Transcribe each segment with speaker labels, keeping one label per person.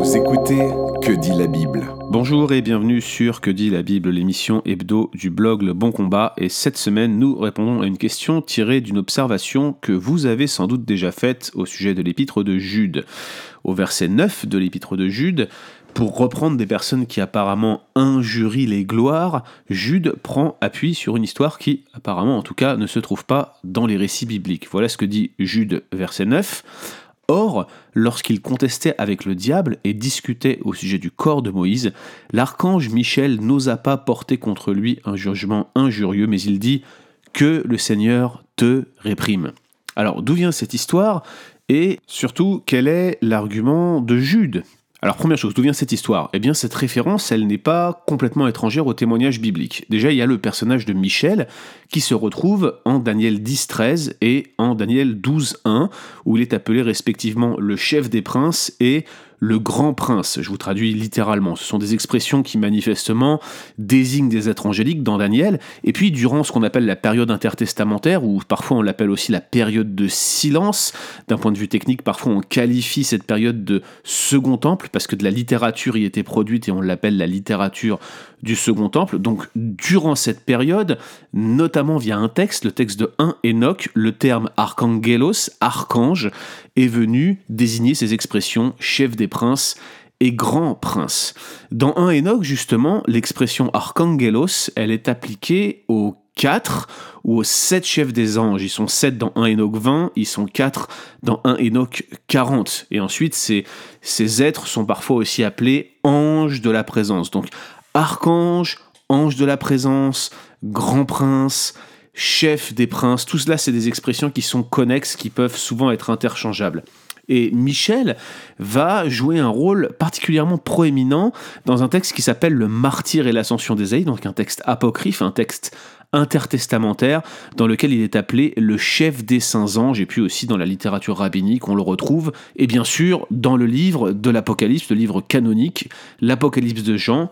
Speaker 1: Vous écoutez Que dit la Bible ?
Speaker 2: Bonjour et bienvenue sur Que dit la Bible, l'émission hebdo du blog Le Bon Combat. Et cette semaine, nous répondons à une question tirée d'une observation que vous avez sans doute déjà faite au sujet de l'épître de Jude. Au verset 9 de l'épître de Jude, pour reprendre des personnes qui apparemment injurient les gloires, Jude prend appui sur une histoire qui, apparemment en tout cas, ne se trouve pas dans les récits bibliques. Voilà ce que dit Jude, verset 9. Or, lorsqu'il contestait avec le diable et discutait au sujet du corps de Moïse, l'archange Michel n'osa pas porter contre lui un jugement injurieux, mais il dit « Que le Seigneur te réprime ». Alors, d'où vient cette histoire ? Et surtout, quel est l'argument de Jude ? Alors, première chose, d'où vient cette histoire ? Eh bien, cette référence, elle n'est pas complètement étrangère au témoignage biblique. Déjà, il y a le personnage de Michel qui se retrouve en Daniel 10-13 et en Daniel 12-1, où il est appelé respectivement le chef des princes et le grand prince. Je vous traduis littéralement. Ce sont des expressions qui manifestement désignent des êtres angéliques dans Daniel. Et puis, durant ce qu'on appelle la période intertestamentaire, ou parfois on l'appelle aussi la période de silence, d'un point de vue technique, parfois on qualifie cette période de second temple, parce que de la littérature y était produite et on l'appelle la littérature du second temple. Donc, durant cette période, notamment via un texte, le texte de 1 Enoch, le terme archangelos, archange, est venu désigner ces expressions chef des princes et grand prince. Dans 1 Enoch, justement, l'expression archangelos, elle est appliquée aux 4 ou aux 7 chefs des anges. Ils sont 7 dans 1 Enoch 20, ils sont 4 dans 1 Enoch 40. Et ensuite, ces êtres sont parfois aussi appelés anges de la présence. Donc, archange, ange de la présence, grand prince, chef des princes, tout cela c'est des expressions qui sont connexes, qui peuvent souvent être interchangeables. Et Michel va jouer un rôle particulièrement proéminent dans un texte qui s'appelle Le Martyre et l'Ascension d'Ésaïe, donc un texte apocryphe, un texte intertestamentaire, dans lequel il est appelé le chef des saints anges, et puis aussi dans la littérature rabbinique, on le retrouve, et bien sûr dans le livre de l'Apocalypse, le livre canonique, l'Apocalypse de Jean,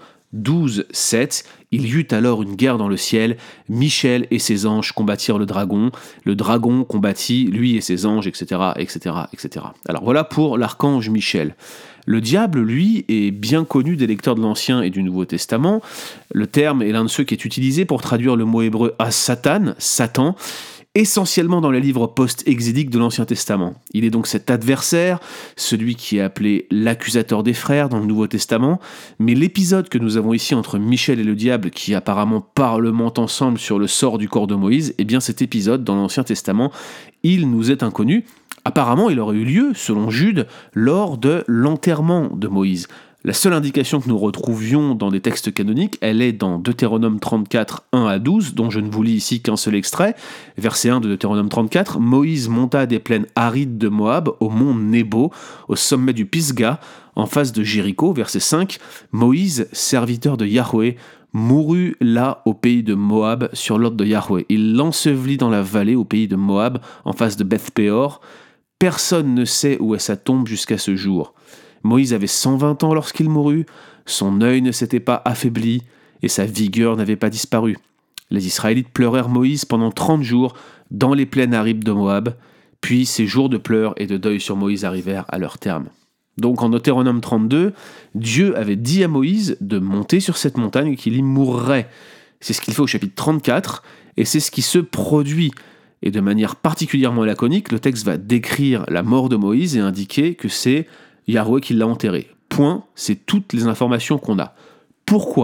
Speaker 2: 12-7, il y eut alors une guerre dans le ciel, Michel et ses anges combattirent le dragon combattit lui et ses anges, etc., etc., etc. Alors voilà pour l'archange Michel. Le diable, lui, est bien connu des lecteurs de l'Ancien et du Nouveau Testament. Le terme est l'un de ceux qui est utilisé pour traduire le mot hébreu Satan, essentiellement dans les livres post-exédiques de l'Ancien Testament. Il est donc cet adversaire, celui qui est appelé l'accusateur des frères dans le Nouveau Testament, mais l'épisode que nous avons ici entre Michel et le diable, qui apparemment parlementent ensemble sur le sort du corps de Moïse, eh bien cet épisode dans l'Ancien Testament, il nous est inconnu. Apparemment, il aurait eu lieu, selon Jude, lors de l'enterrement de Moïse. La seule indication que nous retrouvions dans des textes canoniques, elle est dans Deutéronome 34, 1-12, dont je ne vous lis ici qu'un seul extrait. Verset 1 de Deutéronome 34, « Moïse monta des plaines arides de Moab, au mont Nebo, au sommet du Pisga, en face de Jéricho. » Verset 5, « Moïse, serviteur de Yahweh, mourut là au pays de Moab sur l'ordre de Yahweh. Il l'ensevelit dans la vallée au pays de Moab, en face de Beth-Péor. Personne ne sait où est sa tombe jusqu'à ce jour. » Moïse avait 120 ans lorsqu'il mourut, son œil ne s'était pas affaibli et sa vigueur n'avait pas disparu. Les Israélites pleurèrent Moïse pendant 30 jours dans les plaines arides de Moab, puis ces jours de pleurs et de deuil sur Moïse arrivèrent à leur terme. Donc en Deutéronome 32, Dieu avait dit à Moïse de monter sur cette montagne et qu'il y mourrait. C'est ce qu'il fait au chapitre 34 et c'est ce qui se produit. Et de manière particulièrement laconique, le texte va décrire la mort de Moïse et indiquer que c'est Yahweh qui l'a enterré. Point, c'est toutes les informations qu'on a. Pourquoi ?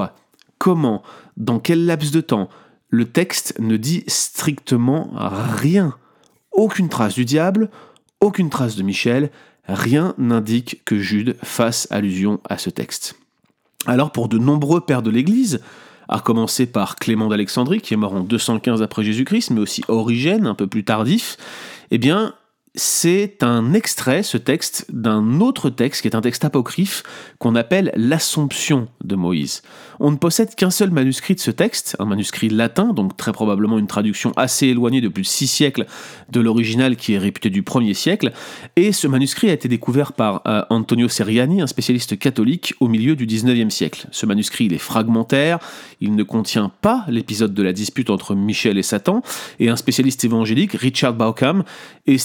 Speaker 2: Comment ? Dans quel laps de temps ? Le texte ne dit strictement rien. Aucune trace du diable, aucune trace de Michel, rien n'indique que Jude fasse allusion à ce texte. Alors pour de nombreux pères de l'Église, à commencer par Clément d'Alexandrie, qui est mort en 215 après Jésus-Christ, mais aussi Origène, un peu plus tardif, eh bien, c'est un extrait, ce texte, d'un autre texte qui est un texte apocryphe qu'on appelle l'Assomption de Moïse. On ne possède qu'un seul manuscrit de ce texte, un manuscrit latin, donc très probablement une traduction assez éloignée de plus de 6 siècles de l'original qui est réputé du 1er siècle, et ce manuscrit a été découvert par Antonio Seriani, un spécialiste catholique, au milieu du 19e siècle. Ce manuscrit, il est fragmentaire, il ne contient pas l'épisode de la dispute entre Michel et Satan, et un spécialiste évangélique, Richard Bauckham, estime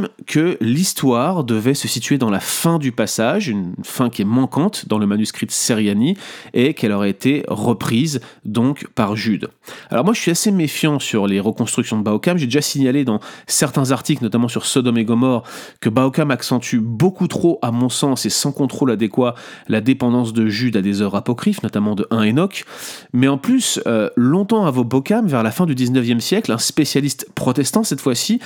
Speaker 2: que l'histoire devait se situer dans la fin du passage, une fin qui est manquante dans le manuscrit de Seriani, et qu'elle aurait été reprise donc par Jude. Alors moi je suis assez méfiant sur les reconstructions de Bauckham, j'ai déjà signalé dans certains articles, notamment sur Sodome et Gomorrhe, que Bauckham accentue beaucoup trop, à mon sens, et sans contrôle adéquat, la dépendance de Jude à des œuvres apocryphes, notamment de 1 Enoch, mais en plus, longtemps avant Bauckham, vers la fin du 19e siècle, un spécialiste protestant cette fois-ci,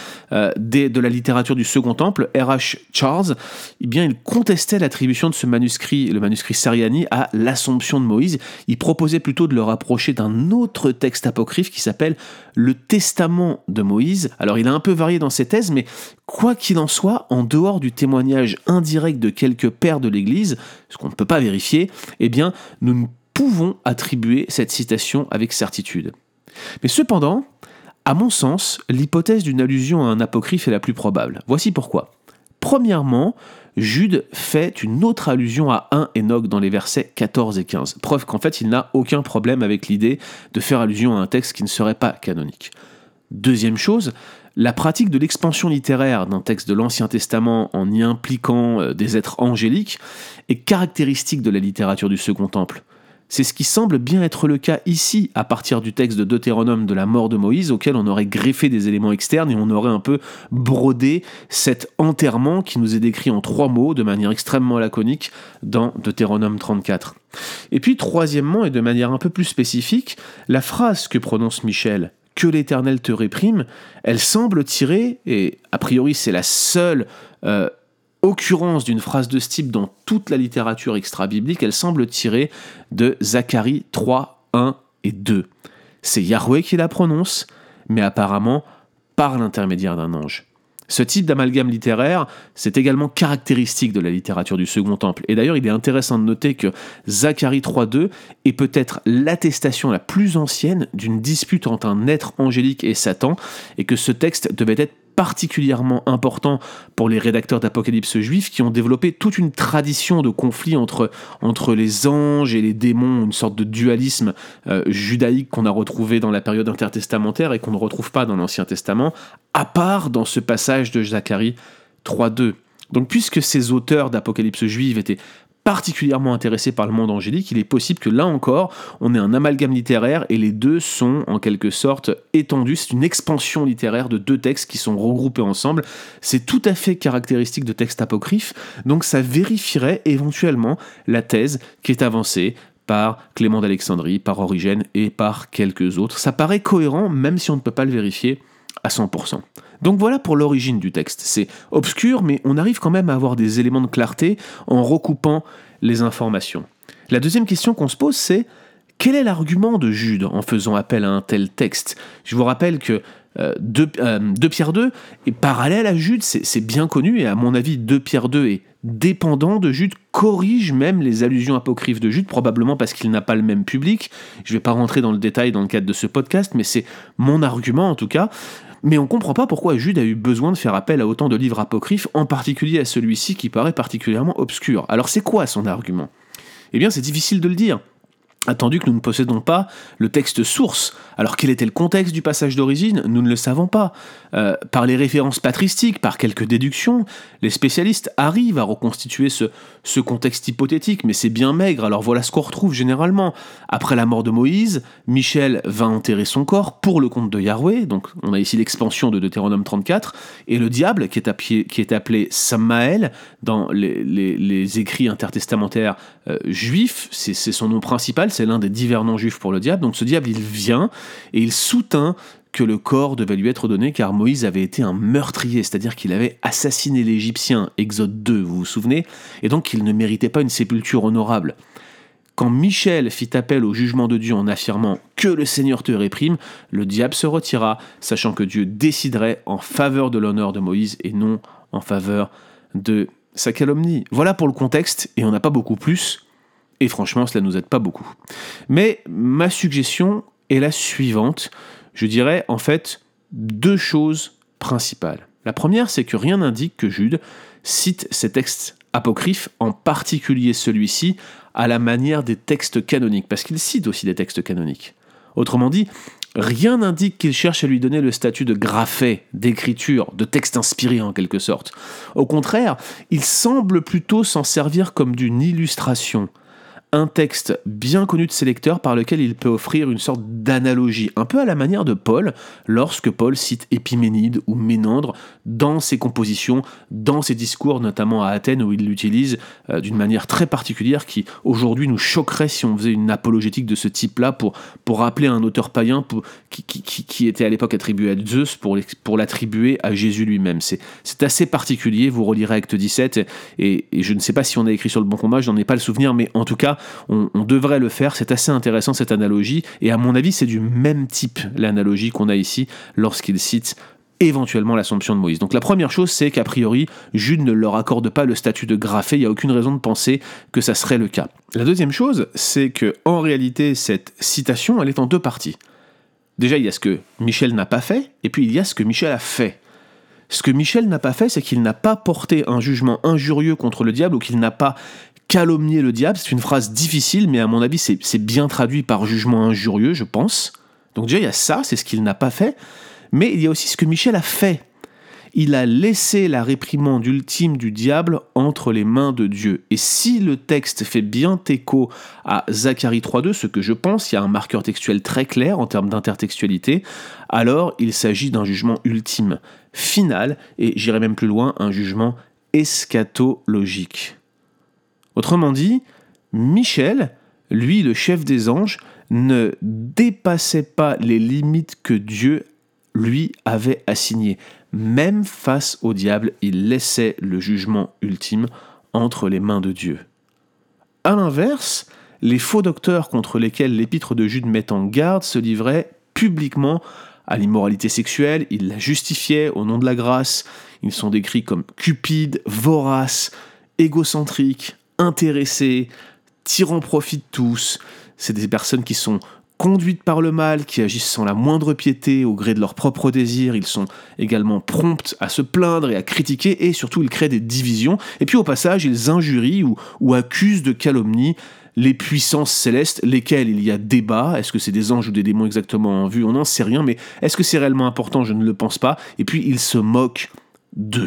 Speaker 2: de la littérature du Second Temple, R.H. Charles, eh bien, il contestait l'attribution de ce manuscrit, le manuscrit Seriani, à l'Assomption de Moïse. Il proposait plutôt de le rapprocher d'un autre texte apocryphe qui s'appelle le Testament de Moïse. Alors, il a un peu varié dans ses thèses, mais quoi qu'il en soit, en dehors du témoignage indirect de quelques pères de l'Église, ce qu'on ne peut pas vérifier, eh bien, nous ne pouvons attribuer cette citation avec certitude. Mais cependant, à mon sens, l'hypothèse d'une allusion à un apocryphe est la plus probable. Voici pourquoi. Premièrement, Jude fait une autre allusion à 1 Enoch dans les versets 14 et 15. Preuve qu'en fait, il n'a aucun problème avec l'idée de faire allusion à un texte qui ne serait pas canonique. Deuxième chose, la pratique de l'expansion littéraire d'un texte de l'Ancien Testament en y impliquant des êtres angéliques est caractéristique de la littérature du Second Temple. C'est ce qui semble bien être le cas ici, à partir du texte de Deutéronome de la mort de Moïse, auquel on aurait greffé des éléments externes et on aurait un peu brodé cet enterrement qui nous est décrit en 3 mots, de manière extrêmement laconique, dans Deutéronome 34. Et puis, troisièmement, et de manière un peu plus spécifique, la phrase que prononce Michel, « Que l'Éternel te réprime », elle semble tirer, et a priori c'est la seule occurrence d'une phrase de ce type dans toute la littérature extra-biblique, elle semble tirer de Zacharie 3, 1 et 2. C'est Yahweh qui la prononce, mais apparemment par l'intermédiaire d'un ange. Ce type d'amalgame littéraire, c'est également caractéristique de la littérature du Second Temple. Et d'ailleurs, il est intéressant de noter que Zacharie 3.2 est peut-être l'attestation la plus ancienne d'une dispute entre un être angélique et Satan, et que ce texte devait être particulièrement important pour les rédacteurs d'Apocalypse juifs qui ont développé toute une tradition de conflit entre les anges et les démons, une sorte de dualisme judaïque qu'on a retrouvé dans la période intertestamentaire et qu'on ne retrouve pas dans l'Ancien Testament, à part dans ce passage de Zacharie 3.2. Donc puisque ces auteurs d'Apocalypse juive étaient particulièrement intéressés par le monde angélique, il est possible que là encore, on ait un amalgame littéraire et les deux sont en quelque sorte étendus. C'est une expansion littéraire de 2 textes qui sont regroupés ensemble. C'est tout à fait caractéristique de textes apocryphes, donc ça vérifierait éventuellement la thèse qui est avancée par Clément d'Alexandrie, par Origène et par quelques autres. Ça paraît cohérent, même si on ne peut pas le vérifier à 100%. Donc voilà pour l'origine du texte. C'est obscur, mais on arrive quand même à avoir des éléments de clarté en recoupant les informations. La deuxième question qu'on se pose, c'est quel est l'argument de Jude en faisant appel à un tel texte ? Je vous rappelle que 2 Pierre 2 est parallèle à Jude, c'est bien connu, et à mon avis, 2 Pierre 2 est dépendant de Jude, corrige même les allusions apocryphes de Jude, probablement parce qu'il n'a pas le même public. Je ne vais pas rentrer dans le détail dans le cadre de ce podcast, mais c'est mon argument en tout cas. Mais on ne comprend pas pourquoi Jude a eu besoin de faire appel à autant de livres apocryphes, en particulier à celui-ci qui paraît particulièrement obscur. Alors c'est quoi son argument ? Eh bien c'est difficile de le dire, attendu que nous ne possédons pas le texte source. Alors quel était le contexte du passage d'origine ? Nous ne le savons pas. Par les références patristiques, par quelques déductions, les spécialistes arrivent à reconstituer ce contexte hypothétique, mais c'est bien maigre, alors voilà ce qu'on retrouve généralement. Après la mort de Moïse, Michel va enterrer son corps pour le compte de Yahweh, donc on a ici l'expansion de Deutéronome 34, et le diable, qui est appelé Samaël dans les écrits intertestamentaires juifs, c'est son nom principal, c'est l'un des divers noms juifs pour le diable, donc ce diable il vient et il soutint que le corps devait lui être donné car Moïse avait été un meurtrier, c'est-à-dire qu'il avait assassiné l'Égyptien, Exode 2, vous vous souvenez, et donc qu'il ne méritait pas une sépulture honorable. Quand Michel fit appel au jugement de Dieu en affirmant « que le Seigneur te réprime », le diable se retira, sachant que Dieu déciderait en faveur de l'honneur de Moïse et non en faveur de sa calomnie. Voilà pour le contexte, et on n'a pas beaucoup plus, et franchement, cela ne nous aide pas beaucoup. Mais ma suggestion est la suivante. Je dirais en fait 2 choses principales. La première, c'est que rien n'indique que Jude cite ces textes apocryphes, en particulier celui-ci, à la manière des textes canoniques, parce qu'il cite aussi des textes canoniques. Autrement dit, Rien n'indique qu'il cherche à lui donner le statut de graphée, d'écriture, de texte inspiré en quelque sorte. Au contraire, il semble plutôt s'en servir comme d'une illustration. Un texte bien connu de ses lecteurs par lequel il peut offrir une sorte d'analogie, un peu à la manière de Paul, lorsque Paul cite Épiménide ou Ménandre dans ses compositions, dans ses discours, notamment à Athènes, où il l'utilise d'une manière très particulière qui, aujourd'hui, nous choquerait si on faisait une apologétique de ce type-là pour rappeler un auteur païen qui était à l'époque attribué à Zeus pour l'attribuer à Jésus lui-même. C'est assez particulier, vous relirez Acte 17, et je ne sais pas si on a écrit sur le Bon Combat, je n'en ai pas le souvenir, mais en tout cas, on devrait le faire, c'est assez intéressant cette analogie, et à mon avis c'est du même type l'analogie qu'on a ici lorsqu'il cite éventuellement l'Assomption de Moïse. Donc la première chose, c'est qu'a priori, Jude ne leur accorde pas le statut de graphé, il n'y a aucune raison de penser que ça serait le cas. La deuxième chose, c'est que en réalité cette citation, elle est en deux parties. Déjà, il y a ce que Michel n'a pas fait, et puis il y a ce que Michel a fait. Ce que Michel n'a pas fait, c'est qu'il n'a pas porté un jugement injurieux contre le diable, ou qu'il n'a pas calomnier le diable. C'est une phrase difficile, mais à mon avis, c'est bien traduit par jugement injurieux, je pense. Donc déjà, il y a ça, c'est ce qu'il n'a pas fait. Mais il y a aussi ce que Michel a fait. Il a laissé la réprimande ultime du diable entre les mains de Dieu. Et si le texte fait bien écho à Zacharie 3.2, ce que je pense, il y a un marqueur textuel très clair en termes d'intertextualité, alors il s'agit d'un jugement ultime, final, et j'irai même plus loin, un jugement eschatologique. Autrement dit, Michel, lui le chef des anges, ne dépassait pas les limites que Dieu lui avait assignées. Même face au diable, il laissait le jugement ultime entre les mains de Dieu. A l'inverse, les faux docteurs contre lesquels l'épître de Jude met en garde se livraient publiquement à l'immoralité sexuelle, ils la justifiaient au nom de la grâce, ils sont décrits comme cupides, voraces, égocentriques, intéressés, tirant profit de tous. C'est des personnes qui sont conduites par le mal, qui agissent sans la moindre piété au gré de leurs propres désirs. Ils sont également prompts à se plaindre et à critiquer, et surtout ils créent des divisions. Et puis au passage, ils injurient ou accusent de calomnie les puissances célestes, lesquelles il y a débat. Est-ce que c'est des anges ou des démons exactement en vue ? On n'en sait rien, mais est-ce que c'est réellement important ? Je ne le pense pas. Et puis ils se moquent d'eux.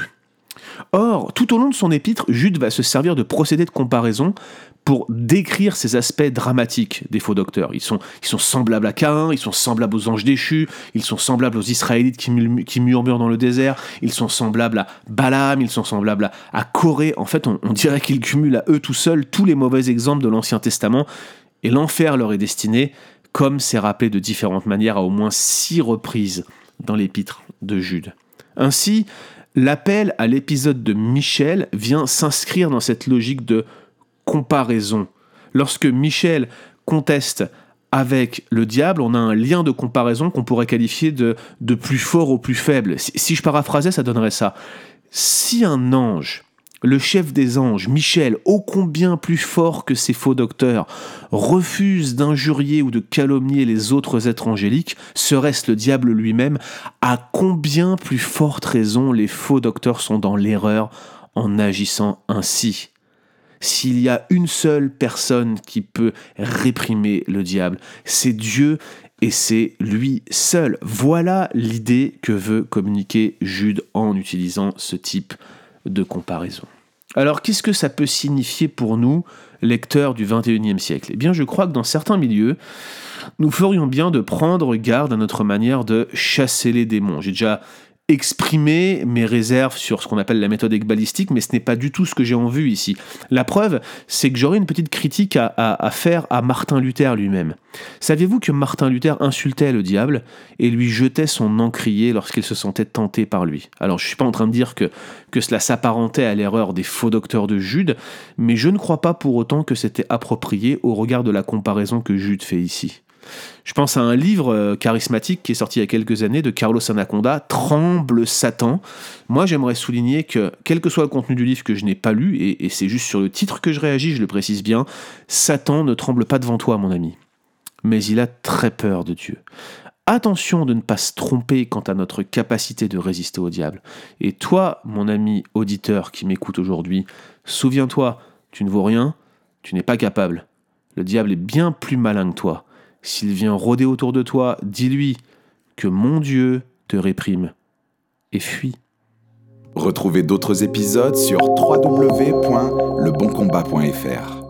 Speaker 2: Or, tout au long de son épître, Jude va se servir de procédés de comparaison pour décrire ces aspects dramatiques des faux docteurs. Ils sont semblables à Caïn, ils sont semblables aux anges déchus, ils sont semblables aux Israélites qui murmurent dans le désert, ils sont semblables à Balaam, ils sont semblables à Corée. En fait, on dirait qu'ils cumulent à eux tout seuls tous les mauvais exemples de l'Ancien Testament, et l'enfer leur est destiné, comme c'est rappelé de différentes manières à au moins 6 reprises dans l'épître de Jude. Ainsi, l'appel à l'épisode de Michel vient s'inscrire dans cette logique de comparaison. Lorsque Michel conteste avec le diable, on a un lien de comparaison qu'on pourrait qualifier de plus fort au plus faible. Si je paraphrasais, ça donnerait ça. Si un ange, le chef des anges, Michel, ô combien plus fort que ces faux docteurs, refuse d'injurier ou de calomnier les autres êtres angéliques, serait-ce le diable lui-même, à combien plus forte raison les faux docteurs sont dans l'erreur en agissant ainsi ? S'il y a une seule personne qui peut réprimer le diable, c'est Dieu et c'est lui seul. Voilà l'idée que veut communiquer Jude en utilisant ce type de comparaison. Alors, qu'est-ce que ça peut signifier pour nous, lecteurs du XXIe siècle ? Eh bien, je crois que dans certains milieux, nous ferions bien de prendre garde à notre manière de chasser les démons. J'ai déjà exprimé mes réserves sur ce qu'on appelle la méthode ekbalistique, mais ce n'est pas du tout ce que j'ai en vue ici. La preuve, c'est que j'aurais une petite critique à faire à Martin Luther lui-même. Saviez-vous que Martin Luther insultait le diable et lui jetait son encrier lorsqu'il se sentait tenté par lui ? Alors, je ne suis pas en train de dire que cela s'apparentait à l'erreur des faux docteurs de Jude, mais je ne crois pas pour autant que c'était approprié au regard de la comparaison que Jude fait ici. Je pense à un livre charismatique qui est sorti il y a quelques années de Carlos Anaconda, « Tremble Satan ». Moi, j'aimerais souligner que, quel que soit le contenu du livre que je n'ai pas lu, et c'est juste sur le titre que je réagis, je le précise bien, Satan ne tremble pas devant toi, mon ami, mais il a très peur de Dieu. Attention de ne pas se tromper quant à notre capacité de résister au diable. Et toi, mon ami auditeur qui m'écoute aujourd'hui, souviens-toi, tu ne vaux rien, tu n'es pas capable. Le diable est bien plus malin que toi. S'il vient rôder autour de toi, dis-lui que mon Dieu te réprime et fuis.
Speaker 1: Retrouvez d'autres épisodes sur www.leboncombat.fr.